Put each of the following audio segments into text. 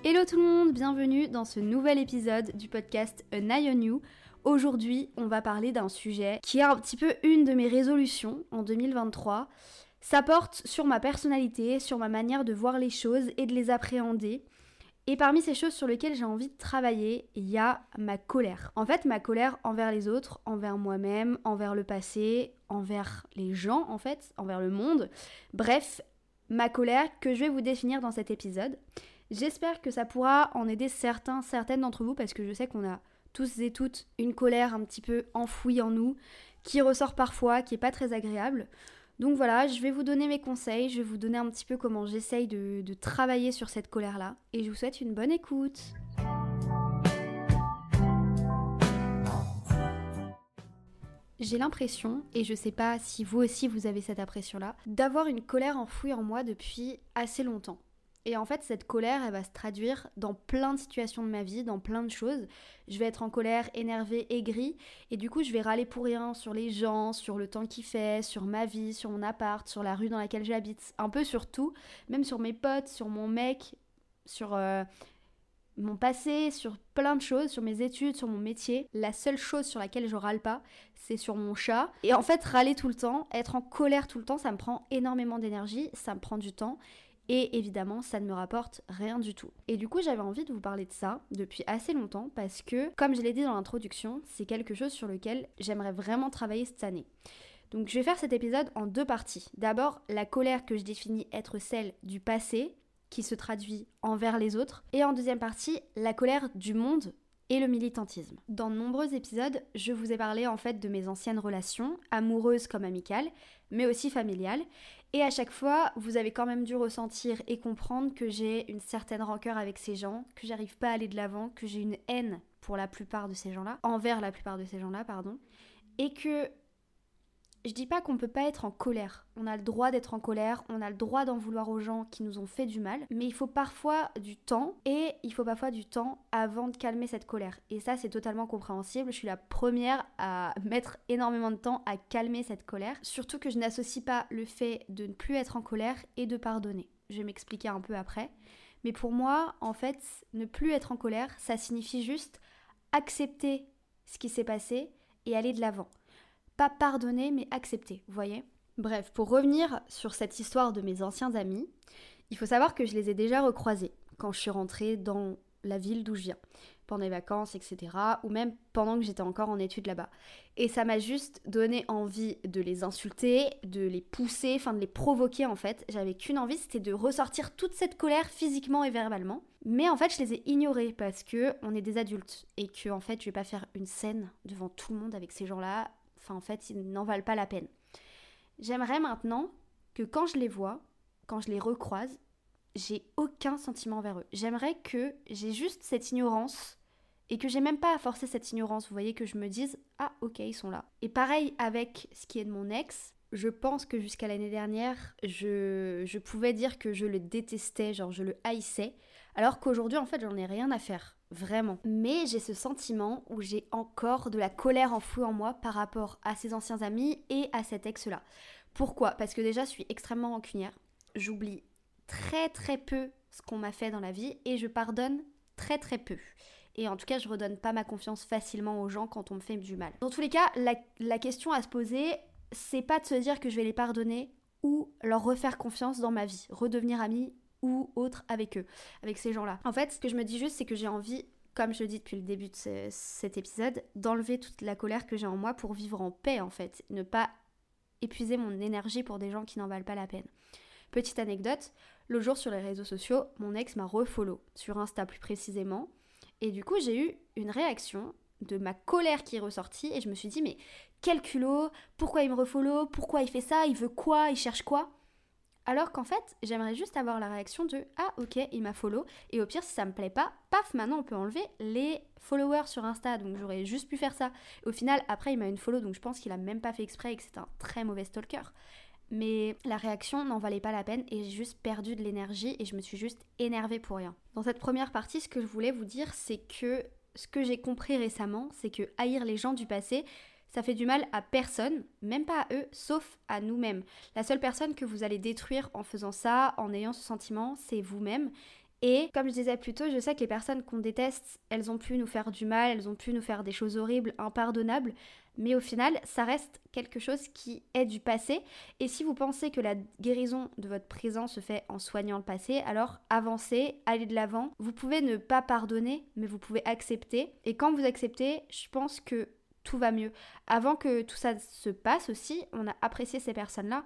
Hello tout le monde, bienvenue dans ce nouvel épisode du podcast An Eye on You. Aujourd'hui, on va parler d'un sujet qui est un petit peu une de mes résolutions en 2023. Ça porte sur ma personnalité, sur ma manière de voir les choses et de les appréhender. Et parmi ces choses sur lesquelles j'ai envie de travailler, il y a ma colère. En fait, ma colère envers les autres, envers moi-même, envers le passé, envers les gens en fait, envers le monde. Bref, ma colère que je vais vous définir dans cet épisode. J'espère que ça pourra en aider certaines d'entre vous parce que je sais qu'on a tous et toutes une colère un petit peu enfouie en nous qui ressort parfois, qui est pas très agréable. Donc voilà, je vais vous donner mes conseils, je vais vous donner un petit peu comment j'essaye de travailler sur cette colère-là et je vous souhaite une bonne écoute. J'ai l'impression, et je sais pas si vous aussi vous avez cette impression-là, d'avoir une colère enfouie en moi depuis assez longtemps. Et en fait, cette colère, elle va se traduire dans plein de situations de ma vie, dans plein de choses. Je vais être en colère, énervée, aigrie, et du coup, je vais râler pour rien sur les gens, sur le temps qu'il fait, sur ma vie, sur mon appart, sur la rue dans laquelle j'habite, un peu sur tout, même sur mes potes, sur mon mec, sur mon passé, sur plein de choses, sur mes études, sur mon métier. La seule chose sur laquelle je râle pas, c'est sur mon chat. Et en fait, râler tout le temps, être en colère tout le temps, ça me prend énormément d'énergie, ça me prend du temps. Et évidemment, ça ne me rapporte rien du tout. Et du coup, j'avais envie de vous parler de ça depuis assez longtemps parce que, comme je l'ai dit dans l'introduction, c'est quelque chose sur lequel j'aimerais vraiment travailler cette année. Donc je vais faire cet épisode en deux parties. D'abord, la colère que je définis être celle du passé, qui se traduit envers les autres. Et en deuxième partie, la colère du monde et le militantisme. Dans de nombreux épisodes, je vous ai parlé en fait de mes anciennes relations, amoureuses comme amicales, mais aussi familiales. Et à chaque fois, vous avez quand même dû ressentir et comprendre que j'ai une certaine rancœur avec ces gens, que j'arrive pas à aller de l'avant, que j'ai une haine pour la plupart de ces gens-là, envers la plupart de ces gens-là, pardon, et que je dis pas qu'on peut pas être en colère. On a le droit d'être en colère, on a le droit d'en vouloir aux gens qui nous ont fait du mal, mais il faut parfois du temps, et il faut parfois du temps avant de calmer cette colère. Et ça, c'est totalement compréhensible. Je suis la première à mettre énormément de temps à calmer cette colère. Surtout que je n'associe pas le fait de ne plus être en colère et de pardonner. Je vais m'expliquer un peu après. Mais pour moi, en fait, ne plus être en colère, ça signifie juste accepter ce qui s'est passé et aller de l'avant. Pas pardonner, mais accepter, vous voyez ? Bref, pour revenir sur cette histoire de mes anciens amis, il faut savoir que je les ai déjà recroisés quand je suis rentrée dans la ville d'où je viens, pendant les vacances, etc. Ou même pendant que j'étais encore en études là-bas. Et ça m'a juste donné envie de les insulter, de les pousser, enfin de les provoquer en fait. J'avais qu'une envie, c'était de ressortir toute cette colère physiquement et verbalement. Mais en fait, je les ai ignorés parce que on est des adultes et que en fait, je vais pas faire une scène devant tout le monde avec ces gens-là. Enfin, en fait, ils n'en valent pas la peine. J'aimerais maintenant que quand je les vois, quand je les recroise, j'ai aucun sentiment envers eux. J'aimerais que j'ai juste cette ignorance et que j'ai même pas à forcer cette ignorance. Vous voyez, que je me dise « Ah, ok, ils sont là ». Et pareil avec ce qui est de mon ex, je pense que jusqu'à l'année dernière, je pouvais dire que je le détestais, genre je le haïssais, alors qu'aujourd'hui, en fait, j'en ai rien à faire. Vraiment. Mais j'ai ce sentiment où j'ai encore de la colère enfouie en moi par rapport à ces anciens amis et à cet ex-là. Pourquoi ? Parce que déjà, je suis extrêmement rancunière. J'oublie très très peu ce qu'on m'a fait dans la vie et je pardonne très très peu. Et en tout cas, je redonne pas ma confiance facilement aux gens quand on me fait du mal. Dans tous les cas, la question à se poser, c'est pas de se dire que je vais les pardonner ou leur refaire confiance dans ma vie, redevenir amie ou autre avec eux, avec ces gens-là. En fait, ce que je me dis juste, c'est que j'ai envie, comme je le dis depuis le début de cet épisode, d'enlever toute la colère que j'ai en moi pour vivre en paix, en fait. Ne pas épuiser mon énergie pour des gens qui n'en valent pas la peine. Petite anecdote, l'autre jour sur les réseaux sociaux, mon ex m'a refollow, sur Insta plus précisément, et du coup, j'ai eu une réaction de ma colère qui est ressortie, et je me suis dit, mais quel culot, pourquoi il me refollow, pourquoi il fait ça, il veut quoi, il cherche quoi ? Alors qu'en fait, j'aimerais juste avoir la réaction de « Ah, ok, il m'a follow ». Et au pire, si ça me plaît pas, paf, maintenant on peut enlever les followers sur Insta. Donc j'aurais juste pu faire ça. Et au final, après, il m'a une follow, donc je pense qu'il a même pas fait exprès et que c'est un très mauvais stalker. Mais la réaction n'en valait pas la peine et j'ai juste perdu de l'énergie et je me suis juste énervée pour rien. Dans cette première partie, ce que je voulais vous dire, c'est que ce que j'ai compris récemment, c'est que haïr les gens du passé, ça fait du mal à personne, même pas à eux, sauf à nous-mêmes. La seule personne que vous allez détruire en faisant ça, en ayant ce sentiment, c'est vous-même. Et comme je disais plus tôt, je sais que les personnes qu'on déteste, elles ont pu nous faire du mal, elles ont pu nous faire des choses horribles, impardonnables, mais au final, ça reste quelque chose qui est du passé. Et si vous pensez que la guérison de votre présent se fait en soignant le passé, alors avancez, allez de l'avant. Vous pouvez ne pas pardonner, mais vous pouvez accepter. Et quand vous acceptez, je pense que tout va mieux. Avant que tout ça se passe aussi, on a apprécié ces personnes-là.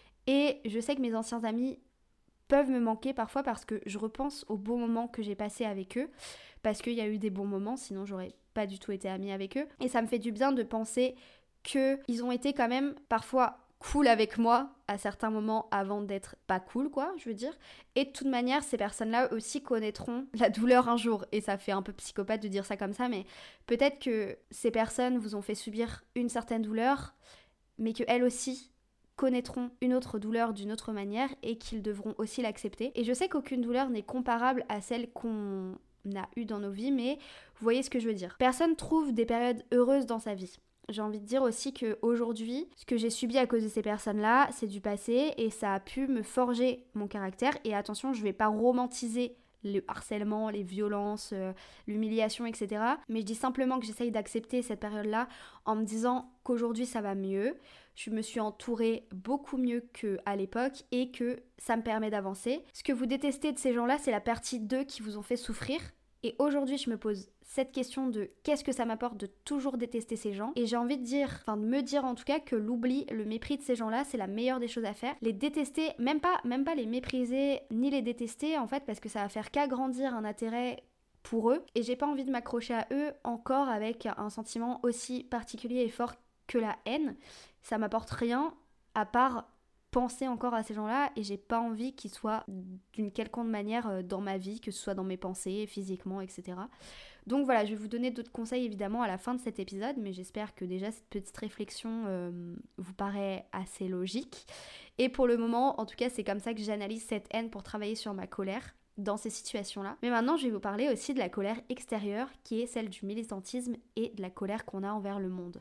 Et je sais que mes anciens amis peuvent me manquer parfois parce que je repense aux bons moments que j'ai passés avec eux, parce qu'il y a eu des bons moments, sinon j'aurais pas du tout été amie avec eux. Et ça me fait du bien de penser qu'ils ont été quand même parfois cool avec moi à certains moments avant d'être pas cool, quoi, je veux dire. Et de toute manière, ces personnes-là aussi connaîtront la douleur un jour. Et ça fait un peu psychopathe de dire ça comme ça, mais peut-être que ces personnes vous ont fait subir une certaine douleur, mais qu'elles aussi connaîtront une autre douleur d'une autre manière et qu'ils devront aussi l'accepter. Et je sais qu'aucune douleur n'est comparable à celle qu'on a eue dans nos vies, mais vous voyez ce que je veux dire. Personne trouve des périodes heureuses dans sa vie. J'ai envie de dire aussi qu'aujourd'hui, ce que j'ai subi à cause de ces personnes-là, c'est du passé et ça a pu me forger mon caractère. Et attention, je vais pas romantiser le harcèlement, les violences, l'humiliation, etc. Mais je dis simplement que j'essaye d'accepter cette période-là en me disant qu'aujourd'hui ça va mieux. Je me suis entourée beaucoup mieux qu'à l'époque et que ça me permet d'avancer. Ce que vous détestez de ces gens-là, c'est la partie d'eux qui vous ont fait souffrir. Et aujourd'hui, je me pose cette question de qu'est-ce que ça m'apporte de toujours détester ces gens. Et j'ai envie de dire, enfin de me dire en tout cas que l'oubli, le mépris de ces gens-là, c'est la meilleure des choses à faire. Les détester, même pas les mépriser ni les détester en fait, parce que ça va faire qu'agrandir un intérêt pour eux. Et j'ai pas envie de m'accrocher à eux encore avec un sentiment aussi particulier et fort que la haine. Ça m'apporte rien à part penser encore à ces gens-là et j'ai pas envie qu'ils soient d'une quelconque manière dans ma vie, que ce soit dans mes pensées, physiquement, etc. Donc voilà, je vais vous donner d'autres conseils évidemment à la fin de cet épisode, mais j'espère que déjà cette petite réflexion vous paraît assez logique. Et pour le moment, en tout cas, c'est comme ça que j'analyse cette haine pour travailler sur ma colère dans ces situations-là. Mais maintenant, je vais vous parler aussi de la colère extérieure, qui est celle du militantisme et de la colère qu'on a envers le monde.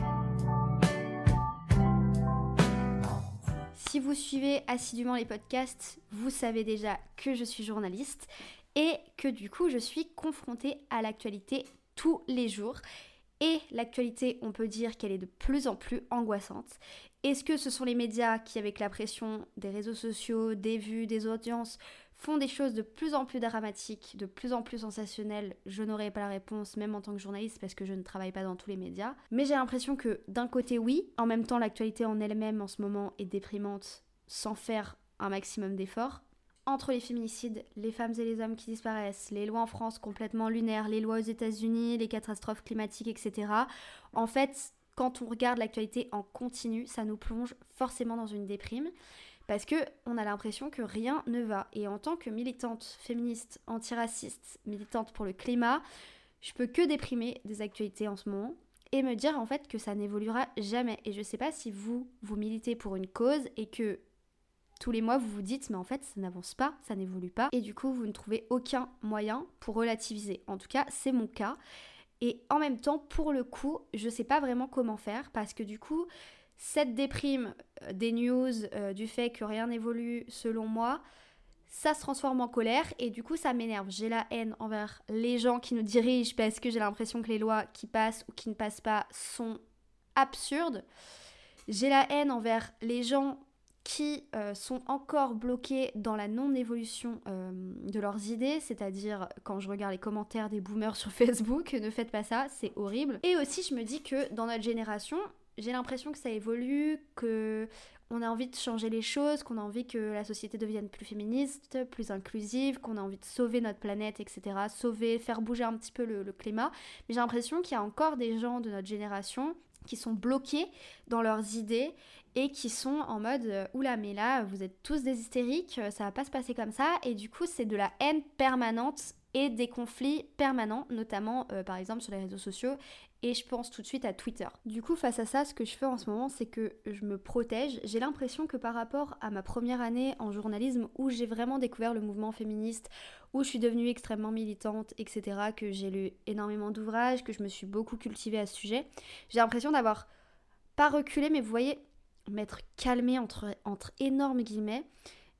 Si vous suivez assidûment les podcasts, vous savez déjà que je suis journaliste et que du coup je suis confrontée à l'actualité tous les jours. Et l'actualité, on peut dire qu'elle est de plus en plus angoissante. Est-ce que ce sont les médias qui, avec la pression des réseaux sociaux, des vues, des audiences, font des choses de plus en plus dramatiques, de plus en plus sensationnelles? Je n'aurai pas la réponse, même en tant que journaliste, parce que je ne travaille pas dans tous les médias. Mais j'ai l'impression que d'un côté, oui, en même temps, l'actualité en elle-même, en ce moment, est déprimante, sans faire un maximum d'efforts. Entre les féminicides, les femmes et les hommes qui disparaissent, les lois en France complètement lunaires, les lois aux États-Unis, les catastrophes climatiques, etc. En fait, quand on regarde l'actualité en continu, ça nous plonge forcément dans une déprime. Parce qu'on a l'impression que rien ne va. Et en tant que militante féministe, antiraciste, militante pour le climat, je peux que déprimer des actualités en ce moment et me dire en fait que ça n'évoluera jamais. Et je sais pas si vous militez pour une cause et que tous les mois vous vous dites mais en fait ça n'avance pas, ça n'évolue pas. Et du coup vous ne trouvez aucun moyen pour relativiser. En tout cas c'est mon cas. Et en même temps pour le coup je sais pas vraiment comment faire parce que du coup cette déprime des news, du fait que rien n'évolue selon moi, ça se transforme en colère et du coup ça m'énerve. J'ai la haine envers les gens qui nous dirigent parce que j'ai l'impression que les lois qui passent ou qui ne passent pas sont absurdes. J'ai la haine envers les gens qui sont encore bloqués dans la non-évolution de leurs idées, c'est-à-dire quand je regarde les commentaires des boomers sur Facebook, ne faites pas ça, c'est horrible. Et aussi je me dis que dans notre génération, j'ai l'impression que ça évolue, qu'on a envie de changer les choses, qu'on a envie que la société devienne plus féministe, plus inclusive, qu'on a envie de sauver notre planète, etc. Faire bouger un petit peu le climat. Mais j'ai l'impression qu'il y a encore des gens de notre génération qui sont bloqués dans leurs idées et qui sont en mode oula mais là vous êtes tous des hystériques, ça va pas se passer comme ça et du coup c'est de la haine permanente et des conflits permanents, notamment par exemple sur les réseaux sociaux et je pense tout de suite à Twitter. Du coup face à ça ce que je fais en ce moment c'est que je me protège. J'ai l'impression que par rapport à ma première année en journalisme où j'ai vraiment découvert le mouvement féministe, où je suis devenue extrêmement militante, etc., que j'ai lu énormément d'ouvrages, que je me suis beaucoup cultivée à ce sujet, j'ai l'impression d'avoir pas reculé mais vous voyez m'être calmée entre énormes guillemets.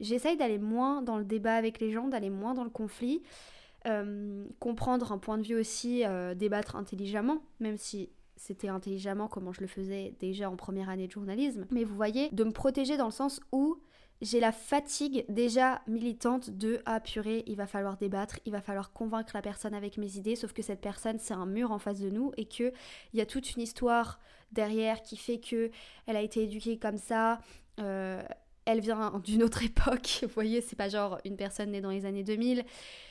j'essaye d'aller moins dans le débat avec les gens, d'aller moins dans le conflit, comprendre un point de vue aussi, débattre intelligemment, même si c'était intelligemment comment je le faisais déjà en première année de journalisme. Mais vous voyez, de me protéger dans le sens où j'ai la fatigue déjà militante de « Ah purée, il va falloir débattre, il va falloir convaincre la personne avec mes idées », sauf que cette personne, c'est un mur en face de nous et qu'il y a toute une histoire derrière qui fait qu'elle a été éduquée comme ça, elle vient d'une autre époque, vous voyez, c'est pas genre une personne née dans les années 2000,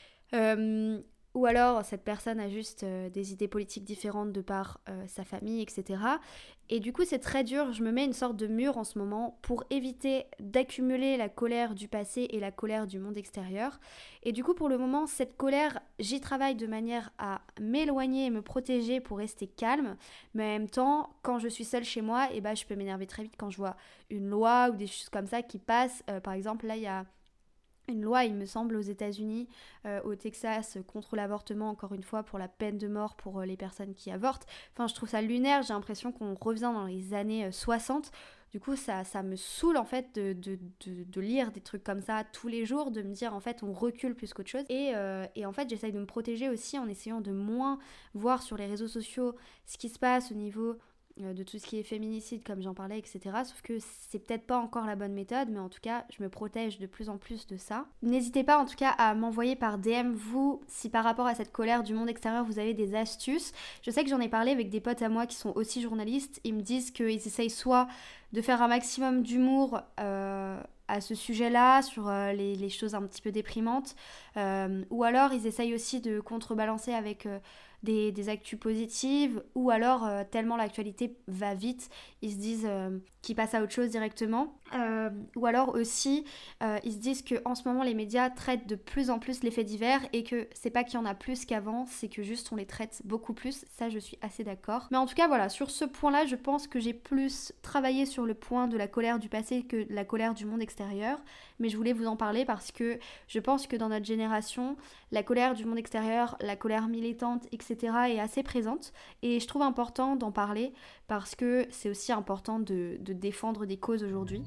ou alors cette personne a juste des idées politiques différentes de par sa famille, etc. Et du coup c'est très dur, je me mets une sorte de mur en ce moment pour éviter d'accumuler la colère du passé et la colère du monde extérieur. Et du coup pour le moment cette colère, j'y travaille de manière à m'éloigner et me protéger pour rester calme. Mais en même temps, quand je suis seule chez moi, je peux m'énerver très vite quand je vois une loi ou des choses comme ça qui passent. Par exemple là il y a une loi, il me semble, aux États-Unis, au Texas, contre l'avortement, encore une fois, pour la peine de mort pour les personnes qui avortent. Enfin, je trouve ça lunaire, j'ai l'impression qu'on revient dans les années 60. Du coup, ça me saoule, en fait, de lire des trucs comme ça tous les jours, de me dire, en fait, on recule plus qu'autre chose. Et en fait, j'essaye de me protéger aussi en essayant de moins voir sur les réseaux sociaux ce qui se passe au niveau de tout ce qui est féminicide comme j'en parlais, etc. Sauf que c'est peut-être pas encore la bonne méthode, mais en tout cas je me protège de plus en plus de ça. N'hésitez pas en tout cas à m'envoyer par DM vous, si par rapport à cette colère du monde extérieur vous avez des astuces. Je sais que j'en ai parlé avec des potes à moi qui sont aussi journalistes, ils me disent qu'ils essayent soit de faire un maximum d'humour à ce sujet-là, sur les choses un petit peu déprimantes, ou alors ils essayent aussi de contrebalancer avec des actus positives, ou alors tellement l'actualité va vite, ils se disent qu'ils passent à autre chose directement, ou alors aussi ils se disent qu'en ce moment les médias traitent de plus en plus les faits divers et que c'est pas qu'il y en a plus qu'avant, c'est que juste on les traite beaucoup plus. Ça je suis assez d'accord, mais en tout cas voilà, sur ce point là je pense que j'ai plus travaillé sur le point de la colère du passé que la colère du monde extérieur, mais je voulais vous en parler parce que je pense que dans notre génération la colère du monde extérieur, la colère militante, etc. est assez présente et je trouve important d'en parler parce que c'est aussi important de défendre des causes aujourd'hui.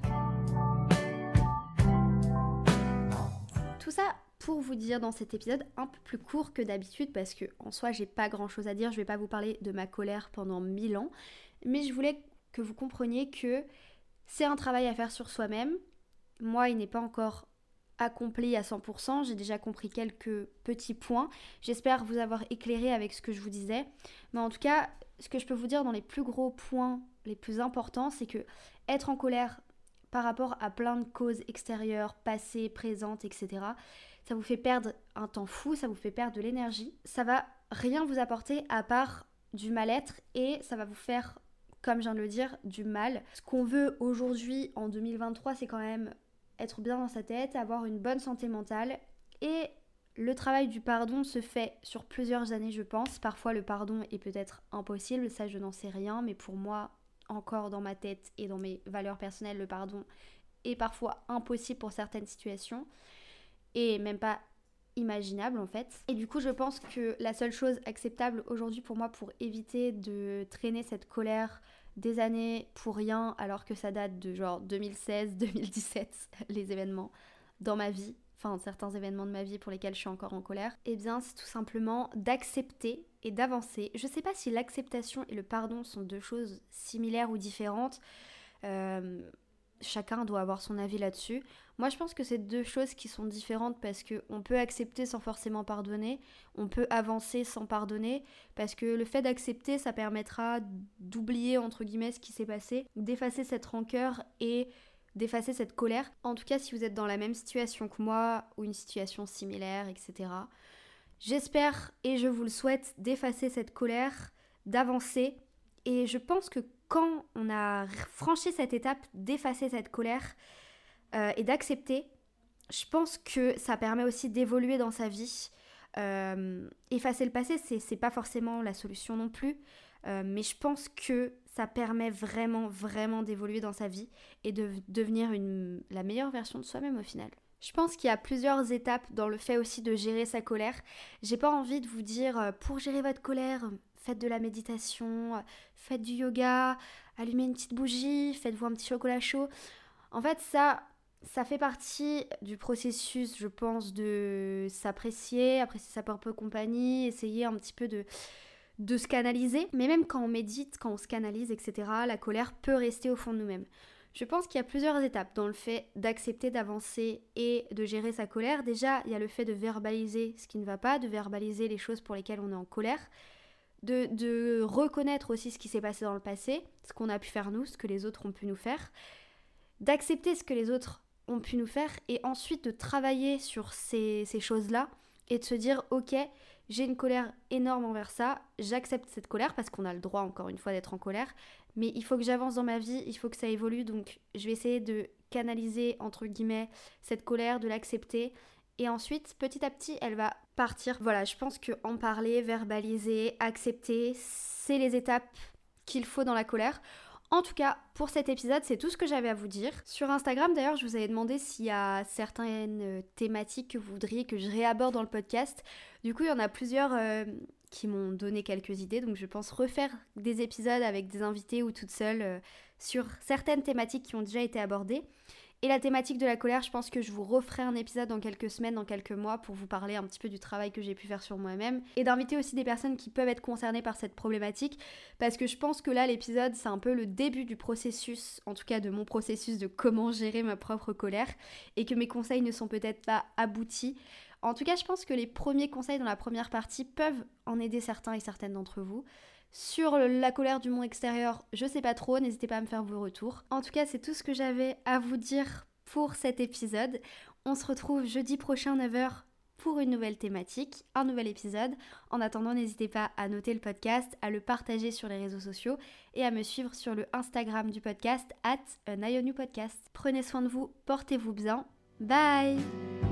Tout ça pour vous dire dans cet épisode un peu plus court que d'habitude parce que en soi j'ai pas grand chose à dire, je vais pas vous parler de ma colère pendant 1000 ans, mais je voulais que vous compreniez que c'est un travail à faire sur soi-même. Moi il n'est pas encore accompli à 100%, j'ai déjà compris quelques petits points, j'espère vous avoir éclairé avec ce que je vous disais, mais en tout cas ce que je peux vous dire dans les plus gros points, les plus importants, c'est que être en colère par rapport à plein de causes extérieures, passées, présentes, etc., ça vous fait perdre un temps fou, ça vous fait perdre de l'énergie, ça va rien vous apporter à part du mal-être et ça va vous faire, comme je viens de le dire, du mal. Ce qu'on veut aujourd'hui en 2023, c'est quand même être bien dans sa tête, avoir une bonne santé mentale et le travail du pardon se fait sur plusieurs années, je pense. Parfois le pardon est peut-être impossible, ça je n'en sais rien, mais pour moi, encore dans ma tête et dans mes valeurs personnelles, le pardon est parfois impossible pour certaines situations et même pas imaginable en fait. Et du coup je pense que la seule chose acceptable aujourd'hui pour moi pour éviter de traîner cette colère des années pour rien alors que ça date de genre 2016, 2017, les événements dans ma vie, enfin certains événements de ma vie pour lesquels je suis encore en colère, et bien c'est tout simplement d'accepter et d'avancer. Je sais pas si l'acceptation et le pardon sont deux choses similaires ou différentes, chacun doit avoir son avis là-dessus. Moi je pense que c'est deux choses qui sont différentes parce qu'on peut accepter sans forcément pardonner, on peut avancer sans pardonner, parce que le fait d'accepter ça permettra d'oublier entre guillemets ce qui s'est passé, d'effacer cette rancœur et d'effacer cette colère. En tout cas si vous êtes dans la même situation que moi ou une situation similaire, etc. J'espère et je vous le souhaite d'effacer cette colère, d'avancer, et je pense que quand on a franchi cette étape d'effacer cette colère et d'accepter, je pense que ça permet aussi d'évoluer dans sa vie. Effacer le passé, c'est pas forcément la solution non plus, mais je pense que ça permet vraiment, vraiment d'évoluer dans sa vie et de devenir la meilleure version de soi-même au final. Je pense qu'il y a plusieurs étapes dans le fait aussi de gérer sa colère. J'ai pas envie de vous dire, pour gérer votre colère, faites de la méditation, faites du yoga, allumez une petite bougie, faites-vous un petit chocolat chaud. En fait, ça, Ça fait partie du processus, je pense, de s'apprécier, apprécier sa propre compagnie, essayer un petit peu de se canaliser. Mais même quand on médite, quand on se canalise, etc., la colère peut rester au fond de nous-mêmes. Je pense qu'il y a plusieurs étapes dans le fait d'accepter, d'avancer et de gérer sa colère. Déjà, il y a le fait de verbaliser ce qui ne va pas, de verbaliser les choses pour lesquelles on est en colère, de reconnaître aussi ce qui s'est passé dans le passé, ce qu'on a pu faire nous, ce que les autres ont pu nous faire, d'accepter ce que les autres ont pu nous faire et ensuite de travailler sur ces choses-là et de se dire ok, j'ai une colère énorme envers ça, j'accepte cette colère parce qu'on a le droit encore une fois d'être en colère, mais il faut que j'avance dans ma vie, il faut que ça évolue, donc je vais essayer de canaliser entre guillemets cette colère, de l'accepter et ensuite petit à petit elle va partir. Voilà, je pense que en parler, verbaliser, accepter, c'est les étapes qu'il faut dans la colère. En tout cas, pour cet épisode, c'est tout ce que j'avais à vous dire. Sur Instagram, d'ailleurs, je vous avais demandé s'il y a certaines thématiques que vous voudriez que je réaborde dans le podcast. Du coup, il y en a plusieurs qui m'ont donné quelques idées, donc je pense refaire des épisodes avec des invités ou toute seule sur certaines thématiques qui ont déjà été abordées. Et la thématique de la colère, je pense que je vous referai un épisode dans quelques semaines, dans quelques mois, pour vous parler un petit peu du travail que j'ai pu faire sur moi-même et d'inviter aussi des personnes qui peuvent être concernées par cette problématique, parce que je pense que là, l'épisode, c'est un peu le début du processus, en tout cas de mon processus de comment gérer ma propre colère, et que mes conseils ne sont peut-être pas aboutis. En tout cas, je pense que les premiers conseils dans la première partie peuvent en aider certains et certaines d'entre vous. Sur la colère du monde extérieur, je sais pas trop, n'hésitez pas à me faire vos retours. En tout cas, c'est tout ce que j'avais à vous dire pour cet épisode. On se retrouve jeudi prochain 9h pour une nouvelle thématique, un nouvel épisode. En attendant, n'hésitez pas à noter le podcast, à le partager sur les réseaux sociaux et à me suivre sur le Instagram du podcast @nayonupodcast. Prenez soin de vous, portez-vous bien. Bye!